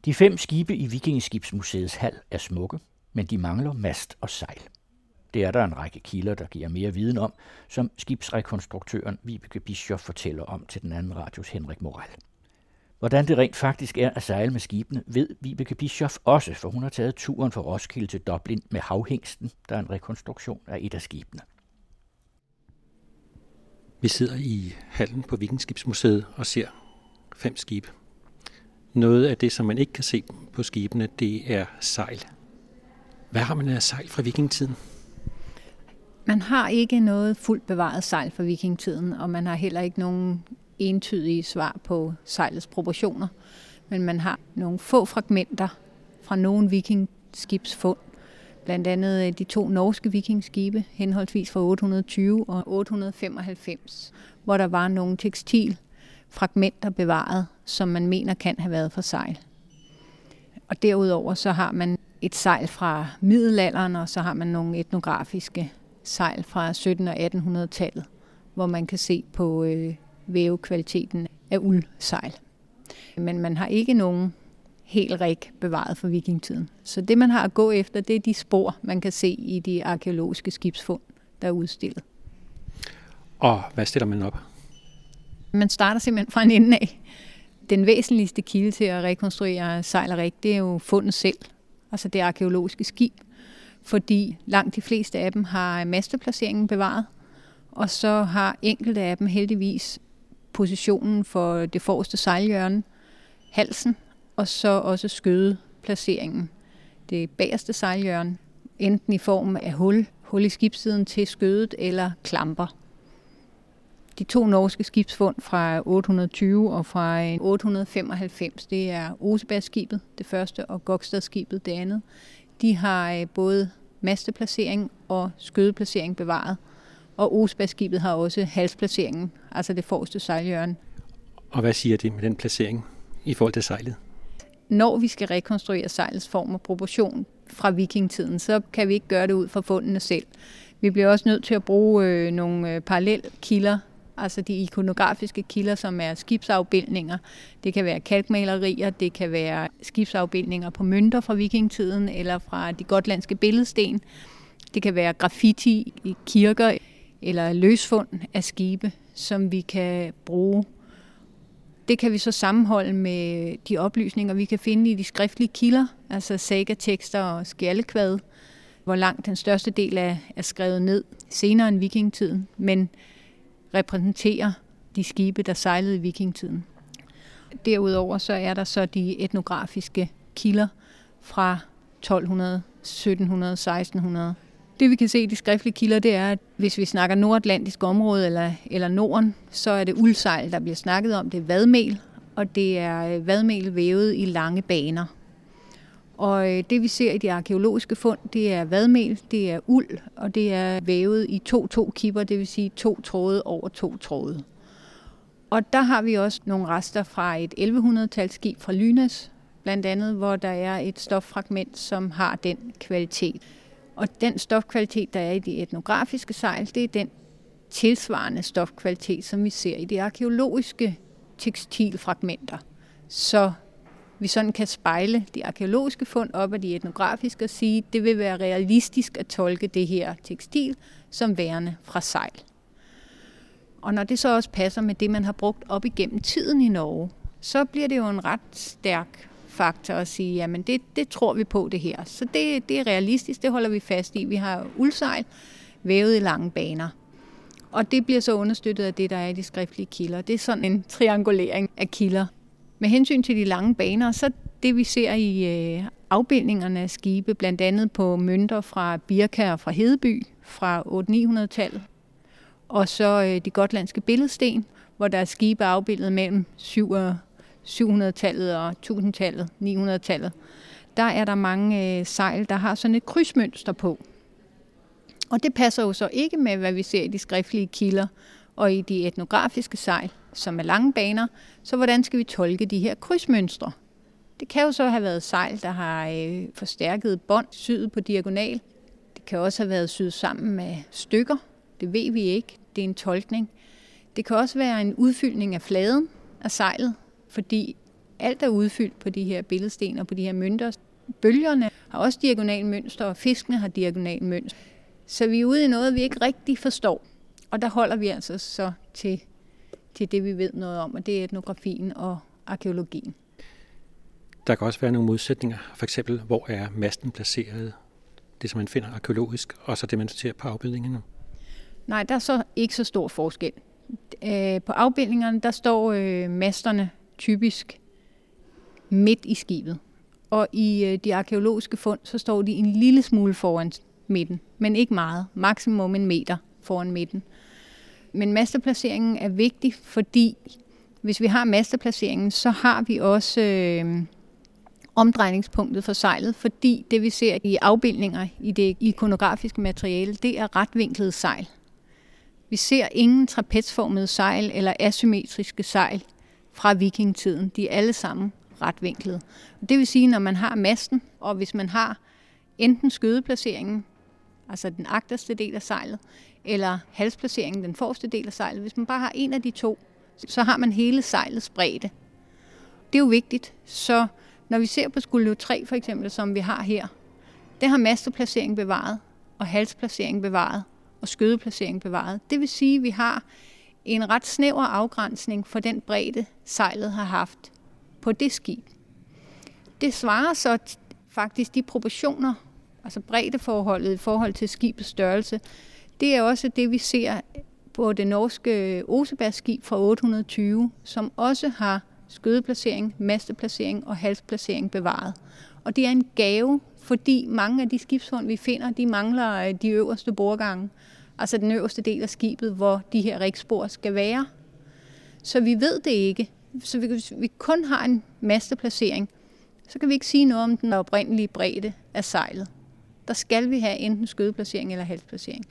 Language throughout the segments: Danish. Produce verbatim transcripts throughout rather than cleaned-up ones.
De fem skibe i Vikingeskibsmuseets hal er smukke, men de mangler mast og sejl. Det er der en række kilder, der giver mere viden om, som skibsrekonstruktøren Vibeke Bischoff fortæller om til den anden radios Henrik Moral. Hvordan det rent faktisk er at sejle med skibene, ved Vibeke Bischoff også, for hun har taget turen fra Roskilde til Dublin med Havhingsten, der er en rekonstruktion af et af skibene. Vi sidder i hallen på Vikingeskibsmuseet og ser fem skibe. Noget af det, som man ikke kan se på skibene, det er sejl. Hvad har man af sejl fra vikingetiden? Man har ikke noget fuldt bevaret sejl fra vikingetiden, og man har heller ikke nogen entydige svar på sejlets proportioner. Men man har nogle få fragmenter fra nogle vikingskibsfund. Blandt andet de to norske vikingskibe, henholdsvis fra otte hundrede og tyve og otte hundrede og femoghalvfems, hvor der var nogle tekstilfragmenter bevaret, som man mener kan have været fra sejl. Og derudover så har man et sejl fra middelalderen, og så har man nogle etnografiske sejl fra sytten- og attenhundredetallet, hvor man kan se på øh, vævekvaliteten af uldsejl. Men man har ikke nogen helt rig bevaret fra vikingetiden. Så det, man har at gå efter, det er de spor, man kan se i de arkæologiske skibsfund, der er udstillet. Og hvad stiller man op? Man starter simpelthen fra en ende af. Den væsentligste kilde til at rekonstruere sejl og rig, det er jo fundet selv, altså det arkæologiske skib, fordi langt de fleste af dem har masteplaceringen bevaret, og så har enkelte af dem heldigvis positionen for det forreste sejlhjørne, halsen, og så også skødeplaceringen, det bagerste sejlhjørne, enten i form af hul, hul i skibssiden til skødet eller klamper. De to norske skibsfund fra otte hundrede og tyve og fra otte hundrede og femoghalvfems, det er Osebergskibet, det første, og Gokstadskibet, det andet. De har både masteplacering og skødeplacering bevaret, og Osebergskibet har også halsplaceringen, altså det forreste sejlhjørne. Og hvad siger det med den placering i forhold til sejlet? Når vi skal rekonstruere sejlets form og proportion fra vikingetiden, så kan vi ikke gøre det ud fra fundene selv. Vi bliver også nødt til at bruge øh, nogle parallelkilder, altså de ikonografiske kilder, som er skibsafbildninger. Det kan være kalkmalerier, det kan være skibsafbildninger på mønter fra vikingetiden eller fra de gotlandske billedsten. Det kan være graffiti i kirker eller løsfund af skibe, som vi kan bruge. Det kan vi så sammenholde med de oplysninger, vi kan finde i de skriftlige kilder, altså sagatekster og skjaldekvad, hvor langt den største del er, er skrevet ned senere end vikingetiden, men repræsenterer de skibe, der sejlede i vikingetiden. Derudover så er der så de etnografiske kilder fra tolv hundrede, sytten hundrede, seksten hundrede. Det vi kan se i de skriftlige kilder, det er, at hvis vi snakker nordatlantisk område eller, eller Norden, så er det uldsejl, der bliver snakket om. Det er vadmel, og det er vadmel vævet i lange baner. Og det vi ser i de arkæologiske fund, det er vadmel, det er uld, og det er vævet i to-to kipper, det vil sige to tråde over to tråde. Og der har vi også nogle rester fra et elleve hundrede-talsskib fra Lynes, blandt andet, hvor der er et stoffragment, som har den kvalitet. Og den stofkvalitet, der er i de etnografiske sejl, det er den tilsvarende stofkvalitet, som vi ser i de arkæologiske tekstilfragmenter. Så vi sådan kan spejle de arkæologiske fund op af de etnografiske og sige, at det vil være realistisk at tolke det her tekstil som værende fra sejl. Og når det så også passer med det, man har brugt op igennem tiden i Norge, så bliver det jo en ret stærk faktor at sige, jamen det, det tror vi på det her. Så det, det er realistisk, det holder vi fast i. Vi har uldsejl vævet i lange baner. Og det bliver så understøttet af det, der er i de skriftlige kilder. Det er sådan en triangulering af kilder. Med hensyn til de lange baner, så det vi ser i øh, afbildningerne af skibe, blandt andet på mønter fra Birka og fra Hedeby fra otte ni hundrede-tallet, og så øh, de gotlandske billedsten, hvor der er skibe afbildet mellem syv hundrede-tallet og tusind-tallet, ni hundrede-tallet. Der er der mange øh, sejl, der har sådan et krydsmønster på. Og det passer jo så ikke med, hvad vi ser i de skriftlige kilder og i de etnografiske sejl, som er lange baner. Så hvordan skal vi tolke de her krydsmønstre? Det kan jo så have været sejl, der har øh, forstærket bånd syet på diagonal. Det kan også have været syet sammen med stykker. Det ved vi ikke. Det er en tolkning. Det kan også være en udfyldning af fladen af sejlet, fordi alt er udfyldt på de her billedsten og på de her mønter. Bølgerne har også diagonale mønster, og fiskene har diagonale mønster. Så vi er ude i noget, vi ikke rigtig forstår. Og der holder vi altså så til, til det, vi ved noget om, og det er etnografien og arkæologien. Der kan også være nogle modsætninger. For eksempel, hvor er masten placeret? Det, som man finder arkæologisk, og så det, man ser på afbildningerne. Nej, der er så ikke så stor forskel. På afbildningerne, der står øh, masterne typisk midt i skibet. Og i øh, de arkæologiske fund, så står de en lille smule foran midten, men ikke meget. Maksimum en meter foran midten. Men masteplaceringen er vigtig, fordi hvis vi har masteplaceringen, så har vi også øh, omdrejningspunktet for sejlet, fordi det vi ser i afbildninger i det ikonografiske materiale, det er retvinklede sejl. Vi ser ingen trapezformede sejl eller asymmetriske sejl fra vikingetiden. De er alle sammen retvinklede. Det vil sige, når man har masten, og hvis man har enten skødeplaceringen, altså den agterste del af sejlet, eller halsplaceringen, den forreste del af sejlet, hvis man bare har en af de to, så har man hele sejlets bredde. Det er jo vigtigt. Så når vi ser på Skuldelev tre for eksempel, som vi har her, det har masteplacering bevaret, og halsplacering bevaret, og skødeplacering bevaret. Det vil sige, at vi har en ret snæver afgrænsning for den bredde, sejlet har haft på det skib. Det svarer så faktisk de proportioner, altså breddeforholdet i forhold til skibets størrelse, det er også det, vi ser på det norske Osebergskib fra otte hundrede og tyve, som også har skødeplacering, masteplacering og halsplacering bevaret. Og det er en gave, fordi mange af de skibsfund, vi finder, de mangler de øverste bordgange, altså den øverste del af skibet, hvor de her rigspor skal være. Så vi ved det ikke. Så hvis vi kun har en masteplacering, så kan vi ikke sige noget om den oprindelige bredde af sejlet. Der skal vi have enten skødeplacering eller halsplacering.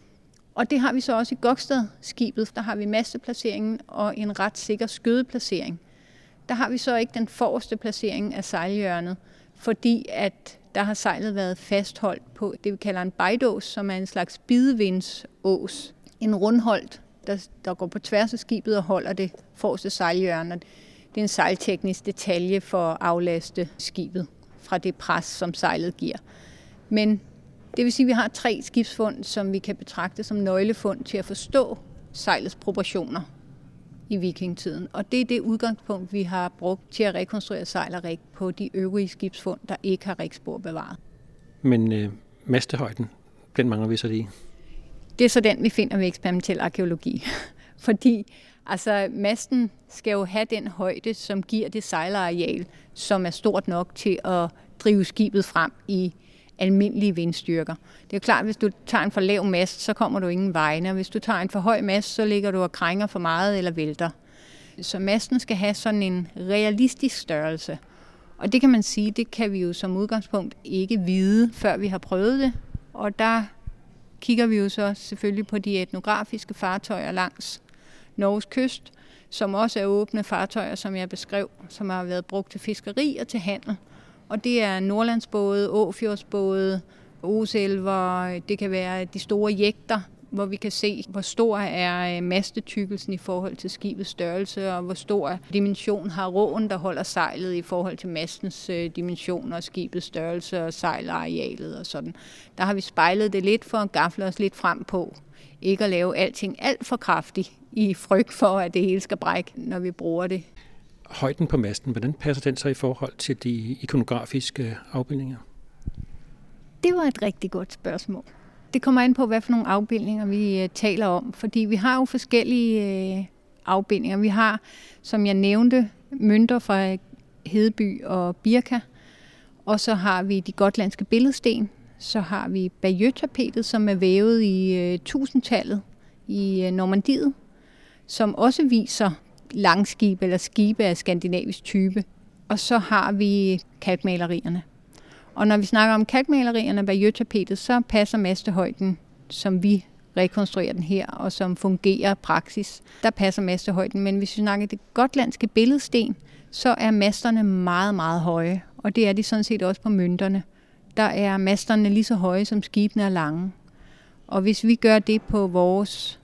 Og det har vi så også i Gokstad-skibet. Der har vi masteplaceringen og en ret sikker skødeplacering. Der har vi så ikke den forreste placering af sejlhjørnet, fordi at der har sejlet været fastholdt på det, vi kalder en bejdås, som er en slags bidevindsås. En rundholdt, der, der går på tværs af skibet og holder det forreste sejlhjørne. Det er en sejlteknisk detalje for at aflaste skibet fra det pres, som sejlet giver. Men det vil sige, at vi har tre skibsfund, som vi kan betragte som nøglefund til at forstå sejlets proportioner i vikingetiden. Og det er det udgangspunkt, vi har brugt til at rekonstruere sejl og rig på de øvrige skibsfund, der ikke har rigspor bevaret. Men øh, mastehøjden, den mangler vi så lige. Det er så den, vi finder ved eksperimentel arkæologi. Fordi altså, masten skal jo have den højde, som giver det sejlareal, som er stort nok til at drive skibet frem i almindelige vindstyrker. Det er jo klart, at hvis du tager en for lav mast, så kommer du ingen vegne. Hvis du tager en for høj mast, så ligger du og krænger for meget eller vælter. Så masten skal have sådan en realistisk størrelse. Og det kan man sige, det kan vi jo som udgangspunkt ikke vide, før vi har prøvet det. Og der kigger vi jo så selvfølgelig på de etnografiske fartøjer langs Norges kyst, som også er åbne fartøjer, som jeg beskrev, som har været brugt til fiskeri og til handel. Og det er nordlandsbåde, åfjordsbåde, oselver, det kan være de store jægter, hvor vi kan se, hvor stor er mastetykkelsen i forhold til skibets størrelse, og hvor stor dimension har råen, der holder sejlet i forhold til mastens dimensioner og skibets størrelse og sejlarealet og sådan. Der har vi spejlet det lidt for at gafle os lidt frem på. Ikke at lave alting alt for kraftigt i frygt for, at det hele skal brække, når vi bruger det. Højden på masten, hvordan passer den så i forhold til de ikonografiske afbildninger? Det var et rigtig godt spørgsmål. Det kommer an på, hvad for nogle afbildninger vi taler om, fordi vi har jo forskellige afbildninger. Vi har, som jeg nævnte, mønter fra Hedeby og Birka, og så har vi de gotlandske billedsten, så har vi Bayeux-tapetet, som er vævet i tusindtallet i Normandiet, som også viser langskibe eller skibe af skandinavisk type. Og så har vi kalkmalerierne. Og når vi snakker om kalkmalerierne, Bayeux-tapetet, så passer mastehøjden, som vi rekonstruerer den her, og som fungerer praksis, der passer mastehøjden. Men hvis vi snakker det gotlandske billedsten, så er masterne meget, meget høje. Og det er de sådan set også på mønterne. Der er masterne lige så høje, som skibene er lange. Og hvis vi gør det på vores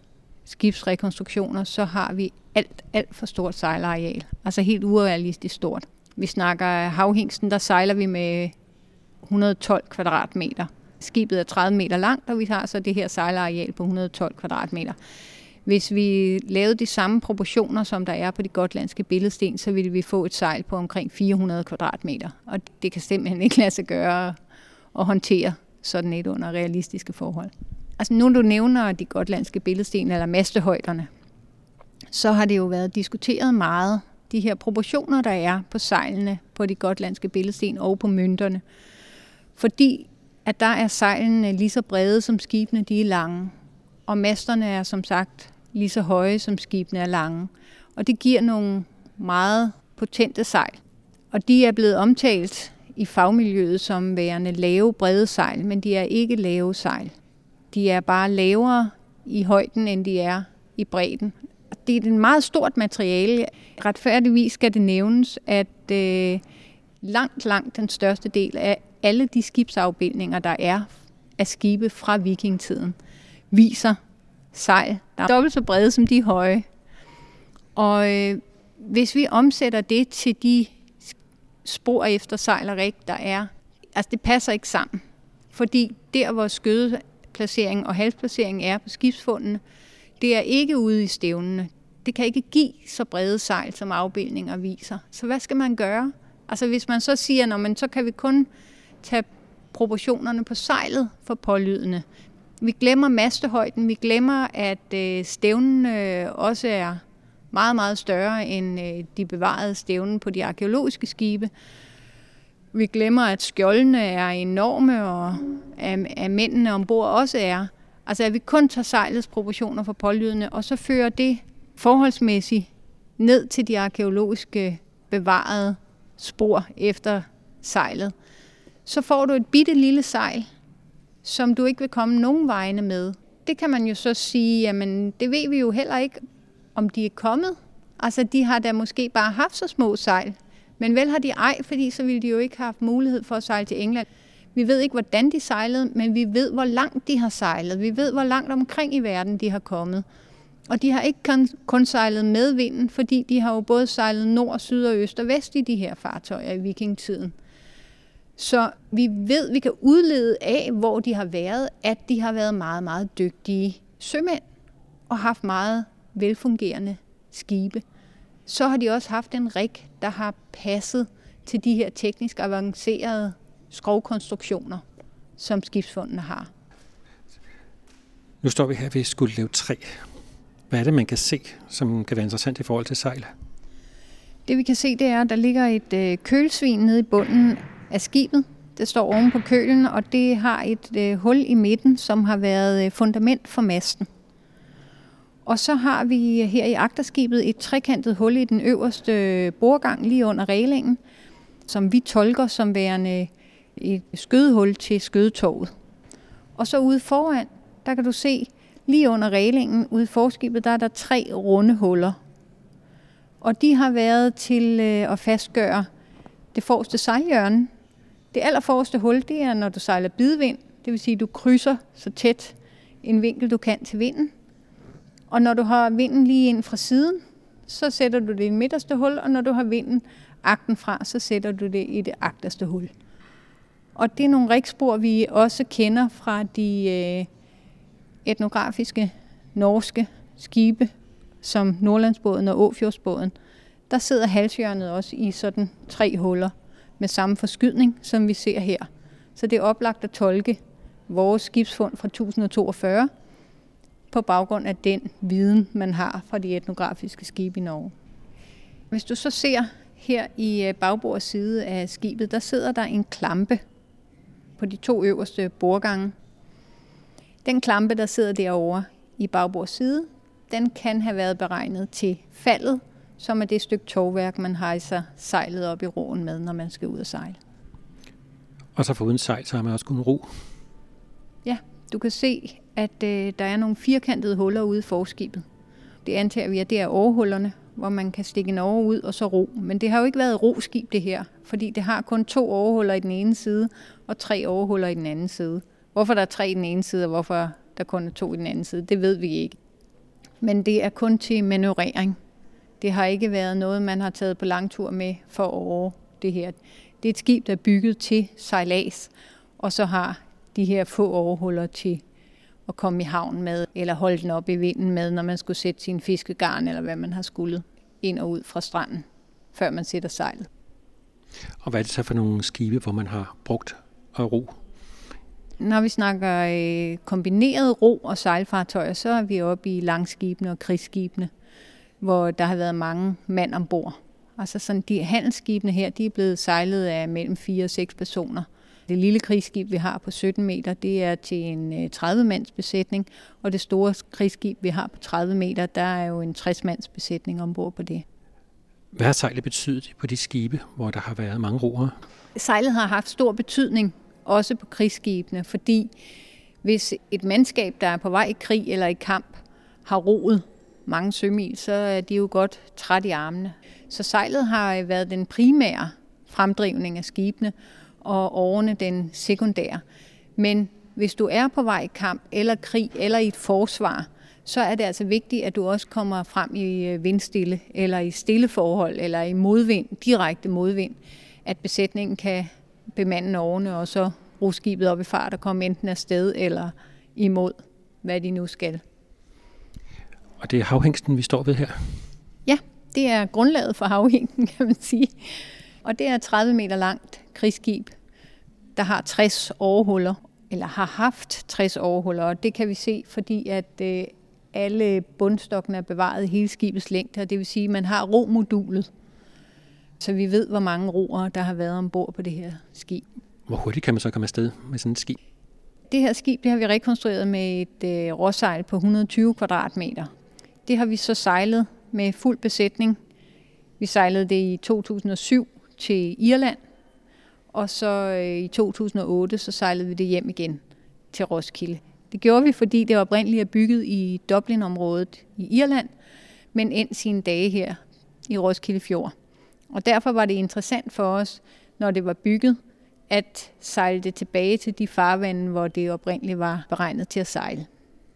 skibsrekonstruktioner, så har vi alt, alt for stort sejlareal. Altså helt urealistisk stort. Vi snakker Havhingsten, der sejler vi med et hundrede og tolv kvadratmeter. Skibet er tredive meter langt, og vi har så det her sejlareal på et hundrede og tolv kvadratmeter. Hvis vi lavede de samme proportioner, som der er på de gotlandske billedsten, så ville vi få et sejl på omkring fire hundrede kvadratmeter. Og det kan simpelthen ikke lade sig gøre at håndtere sådan et under realistiske forhold. Altså nu du nævner de gotlandske billedsten eller mastehøjderne, så har det jo været diskuteret meget, de her proportioner, der er på sejlene på de gotlandske billedsten og på mønterne. Fordi at der er sejlene lige så brede som skibene, de er lange. Og masterne er som sagt lige så høje som skibene er lange. Og det giver nogle meget potente sejl. Og de er blevet omtalt i fagmiljøet som værende lave, brede sejl, men de er ikke lave sejl. De er bare lavere i højden, end de er i bredden. Det er et meget stort materiale. Retfærdigvis skal det nævnes, at øh, langt, langt den største del af alle de skibsafbildninger, der er af skibe fra vikingetiden, viser sejl, der er dobbelt så brede som de høje. Og øh, hvis vi omsætter det til de spor efter sejl og rig, der er, altså det passer ikke sammen. Fordi der, hvor skødeplacering og halsplacering er på skibsfundene, det er ikke ude i stævnene. Det kan ikke give så brede sejl, som afbildninger viser. Så hvad skal man gøre? Altså hvis man så siger, nå, men så kan vi kun tage proportionerne på sejlet for pålydende. Vi glemmer mastehøjden, vi glemmer, at øh, stævnen øh, også er meget, meget større end øh, de bevarede stævnen på de arkæologiske skibe. Vi glemmer, at skjoldene er enorme, og at, at mændene ombord også er. Altså at vi kun tager sejlets proportioner for pålydende, og så fører det forholdsmæssigt ned til de arkæologiske bevarede spor efter sejlet. Så får du et bitte lille sejl, som du ikke vil komme nogen vegne med. Det kan man jo så sige, jamen det ved vi jo heller ikke, om de er kommet. Altså de har da måske bare haft så små sejl, men vel har de ej, fordi så ville de jo ikke have haft mulighed for at sejle til England. Vi ved ikke, hvordan de sejlede, men vi ved, hvor langt de har sejlet. Vi ved, hvor langt omkring i verden de har kommet. Og de har ikke kun sejlet med vinden, fordi de har jo både sejlet nord, syd og øst og vest i de her fartøjer i vikingetiden. Så vi ved, vi kan udlede af, hvor de har været, at de har været meget, meget dygtige sømænd og haft meget velfungerende skibe. Så har de også haft en rig, der har passet til de her teknisk avancerede skrogkonstruktioner, som skibsfundene har. Nu står vi her ved Skuldelev tre. Hvad er det, man kan se, som kan være interessant i forhold til sejl? Det vi kan se, det er, at der ligger et øh, kølsvin nede i bunden af skibet. Det står oven på kølen, og det har et øh, hul i midten, som har været øh, fundament for masten. Og så har vi her i agterskibet et trekantet hul i den øverste bordgang lige under rælingen, som vi tolker som værende et skødehul til skødetoget. Og så ude foran, der kan du se, lige under rælingen ude i forskibet, der er der tre runde huller. Og de har været til øh, at fastgøre det forreste sejlhjørne. Det allerforreste hul, det er, når du sejler bidevind. Det vil sige, at du krydser så tæt en vinkel, du kan til vinden. Og når du har vinden lige ind fra siden, så sætter du det i det midterste hul, og når du har vinden agten fra, så sætter du det i det agterste hul. Og det er nogle rigspor, vi også kender fra de øh, etnografiske norske skibe, som Nordlandsbåden og Åfjordsbåden. Der sidder halshjørnet også i sådan tre huller med samme forskydning, som vi ser her. Så det er oplagt at tolke vores skibsfund fra tusind toogfyrre på baggrund af den viden, man har fra de etnografiske skibe i Norge. Hvis du så ser her i bagbords side af skibet, der sidder der en klampe på de to øverste bordgange. Den klampe, der sidder derovre i bagbords side, den kan have været beregnet til faldet, som er det stykke tovværk, man hejser sejlet op i roen med, når man skal ud og sejle. Og så foruden sejl, så har man også kun ro. Ja, du kan se, at øh, der er nogle firkantede huller ude i forskibet. Det antager vi, at det er årehullerne, hvor man kan stikke en åre ud og så ro. Men det har jo ikke været roskib det her, fordi det har kun to årehuller i den ene side og tre årehuller i den anden side. Hvorfor der er tre i den ene side, og hvorfor der kun er to i den anden side, det ved vi ikke. men det er kun til manøvrering. Det har ikke været noget, man har taget på langtur med for at over det her. Det er et skib, der er bygget til sejlads, og så har de her få overhuller til at komme i havn med, eller holde den op i vinden med, når man skulle sætte sin fiskegarn, eller hvad man har skullet ind og ud fra stranden, før man sætter sejlet. Og hvad er det så for nogle skibe, hvor man har brugt at ro? Når vi snakker øh, kombineret ro- og sejlfartøjer, så er vi oppe i langskibene og krigsskibene, hvor der har været mange mand ombord. Altså sådan, de handelsskibene her, de er blevet sejlet af mellem fire og seks personer. Det lille krigsskib, vi har på sytten meter, det er til en tredive-mands besætning, og det store krigsskib, vi har på tredive meter, der er jo en tres-mands besætning ombord på det. Hvad har sejlet betydet på de skibe, hvor der har været mange roere? Sejlet har haft stor betydning, også på krigsskibene, fordi hvis et mandskab, der er på vej i krig eller i kamp, har roet mange sømil, så er de jo godt træt i armene. Så sejlet har været den primære fremdrivning af skibene, og årene den sekundære. Men hvis du er på vej i kamp, eller krig, eller i et forsvar, så er det altså vigtigt, at du også kommer frem i vindstille, eller i stille forhold, eller i modvind, direkte modvind, at besætningen kan bemande årene, og så ro skibet op i fart og komme enten afsted eller imod, hvad de nu skal. Og det er havhængsten, vi står ved her? Ja, det er grundlaget for havhængsten, kan man sige. Og det er tredive meter langt krigsskib, der har tres overhuller, eller har haft tres overhuller, og det kan vi se, fordi at øh, alle bundstokkene er bevaret i hele skibets længde, og det vil sige, at man har romodulet, så vi ved, hvor mange roere, der har været ombord på det her skib. Hvor hurtigt kan man så komme afsted med sådan et skib? Det her skib, det har vi rekonstrueret med et øh, råsejl på et hundrede og tyve kvadratmeter. Det har vi så sejlet med fuld besætning. Vi sejlede det i to tusind og syv til Irland, og så øh, i to tusind og otte, så sejlede vi det hjem igen til Roskilde. Det gjorde vi, fordi det var oprindeligt bygget i Dublin-området i Irland, men endte sine dage her i Roskilde Fjord. Og derfor var det interessant for os, når det var bygget, at sejle det tilbage til de farvande, hvor det oprindeligt var beregnet til at sejle.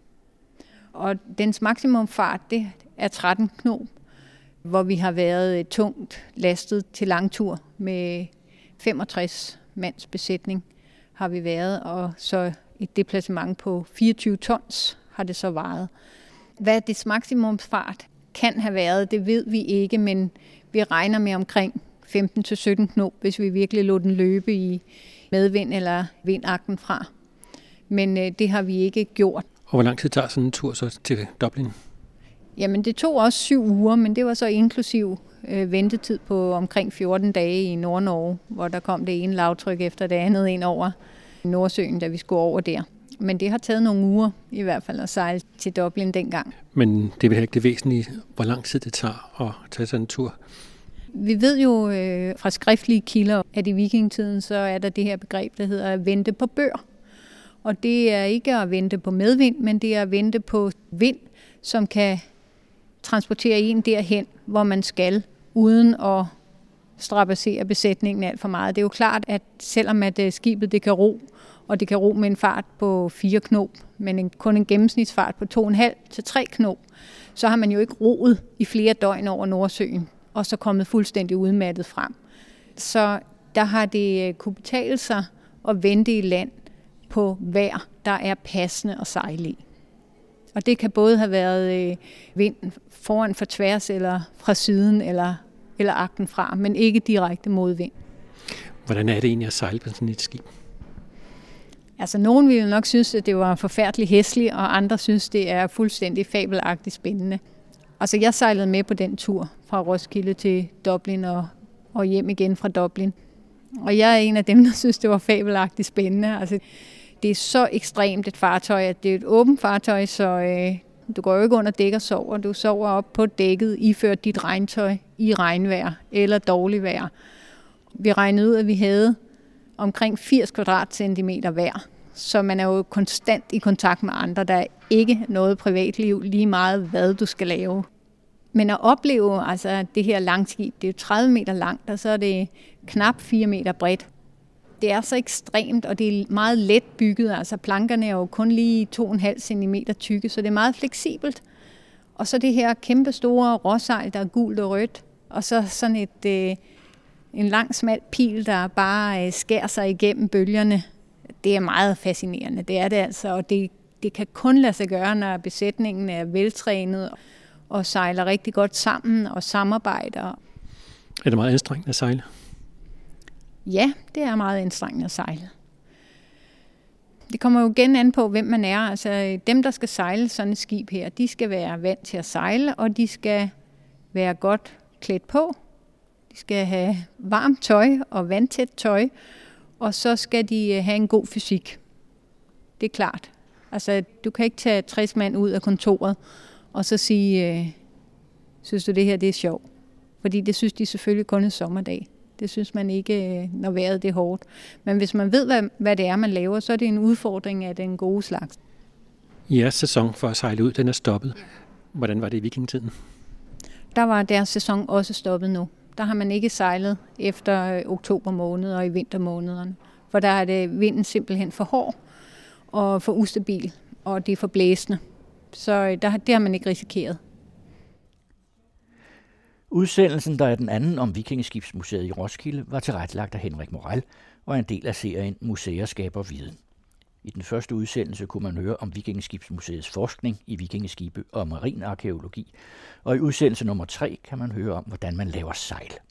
Og dens maksimumfart, det er tretten knob, hvor vi har været tungt lastet til langtur med femogtres mands besætning har vi været, og så et deplacement på fireogtyve tons har det så varet. Hvad dets maksimumfart kan have været, det ved vi ikke, men vi regner med omkring femten til sytten knob, hvis vi virkelig lod den løbe i medvind eller vindagten fra. Men øh, det har vi ikke gjort. Og hvor lang tid tager sådan en tur så til Dublin? Jamen det tog også syv uger, men det var så inklusiv øh, ventetid på omkring fjorten dage i Nord-Norge, hvor der kom det ene lavtryk efter det andet ind over Nordsøen, da vi skulle over der. Men det har taget nogle uger i hvert fald at sejle til Dublin dengang. Men det er vel ikke det væsentlige, hvor lang tid det tager at tage sådan en tur? Vi ved jo øh, fra skriftlige kilder, at i vikingetiden så er der det her begreb, der hedder at vente på bør. Og det er ikke at vente på medvind, men det er at vente på vind, som kan transportere en derhen, hvor man skal, uden at strapassere besætningen alt for meget. Det er jo klart, at selvom at skibet det kan ro, og det kan ro med en fart på fire knob, men en, kun en gennemsnitsfart på to komma fem til tre knob, så har man jo ikke roet i flere døgn over Nordsøen, og så kommet fuldstændig udmattet frem. Så der har det kunne betale sig at vente i land på vejr, der er passende at sejle i. Og det kan både have været vind foran for tværs, eller fra siden, eller, eller agten fra, men ikke direkte modvind. Hvordan er det egentlig at sejle på sådan et skib? Altså, nogen ville nok synes, at det var forfærdeligt hæsligt, og andre synes, det er fuldstændig fabelagtigt spændende. Altså, jeg sejlede med på den tur fra Roskilde til Dublin og, og hjem igen fra Dublin. Og jeg er en af dem, der synes, det var fabelagtigt spændende. Altså, det er så ekstremt et fartøj, at det er et åbent fartøj, så øh, du går jo ikke under dæk og sover. Du sover op på dækket, iført dit regntøj i regnvejr eller dårligt vejr. Vi regnede ud, at vi havde omkring firs kvadratcentimeter hver, så man er jo konstant i kontakt med andre. Der er ikke noget privatliv, lige meget hvad du skal lave. Men at opleve altså, det her langskib, det er jo tredive meter langt, og så er det knap fire meter bredt. Det er så ekstremt, og det er meget let bygget. Altså plankerne er jo kun lige to komma fem centimeter tykke, så det er meget fleksibelt. Og så det her kæmpe store råsejl, der er gult og rødt, og så sådan et, øh, en lang, smal pil, der bare øh, skærer sig igennem bølgerne. Det er meget fascinerende, det er det altså, og det, det kan kun lade sig gøre, når besætningen er veltrænet og sejler rigtig godt sammen og samarbejder. Er det meget anstrengende at sejle? Ja, det er meget anstrengende at sejle. Det kommer jo igen an på, hvem man er. Altså dem, der skal sejle sådan et skib her, de skal være vant til at sejle, og de skal være godt klædt på. De skal have varmt tøj og vandtæt tøj, og så skal de have en god fysik. Det er klart. Altså, du kan ikke tage tres mand ud af kontoret, og så sige, øh, synes du det her det er sjovt? Fordi det synes de selvfølgelig kun en sommerdag. Det synes man ikke, når vejret det er hårdt. Men hvis man ved, hvad, hvad det er, man laver, så er det en udfordring af den gode slags. Jeres sæson for at sejle ud, den er stoppet. Hvordan var det i vikingetiden? Der var deres sæson også stoppet nu. Der har man ikke sejlet efter oktober måned og i vintermånederne. For der er det vinden simpelthen for hård og for ustabil, og det er for blæsende. Så der, det har man ikke risikeret. Udsendelsen, der er den anden om Vikingeskibsmuseet i Roskilde, var tilrettelagt af Henrik Morell og er en del af serien Museer skaber viden. I den første udsendelse kunne man høre om Vikingeskibsmuseets forskning i vikingeskibe og marin arkæologi, og i udsendelse nummer tre kan man høre om, hvordan man laver sejl.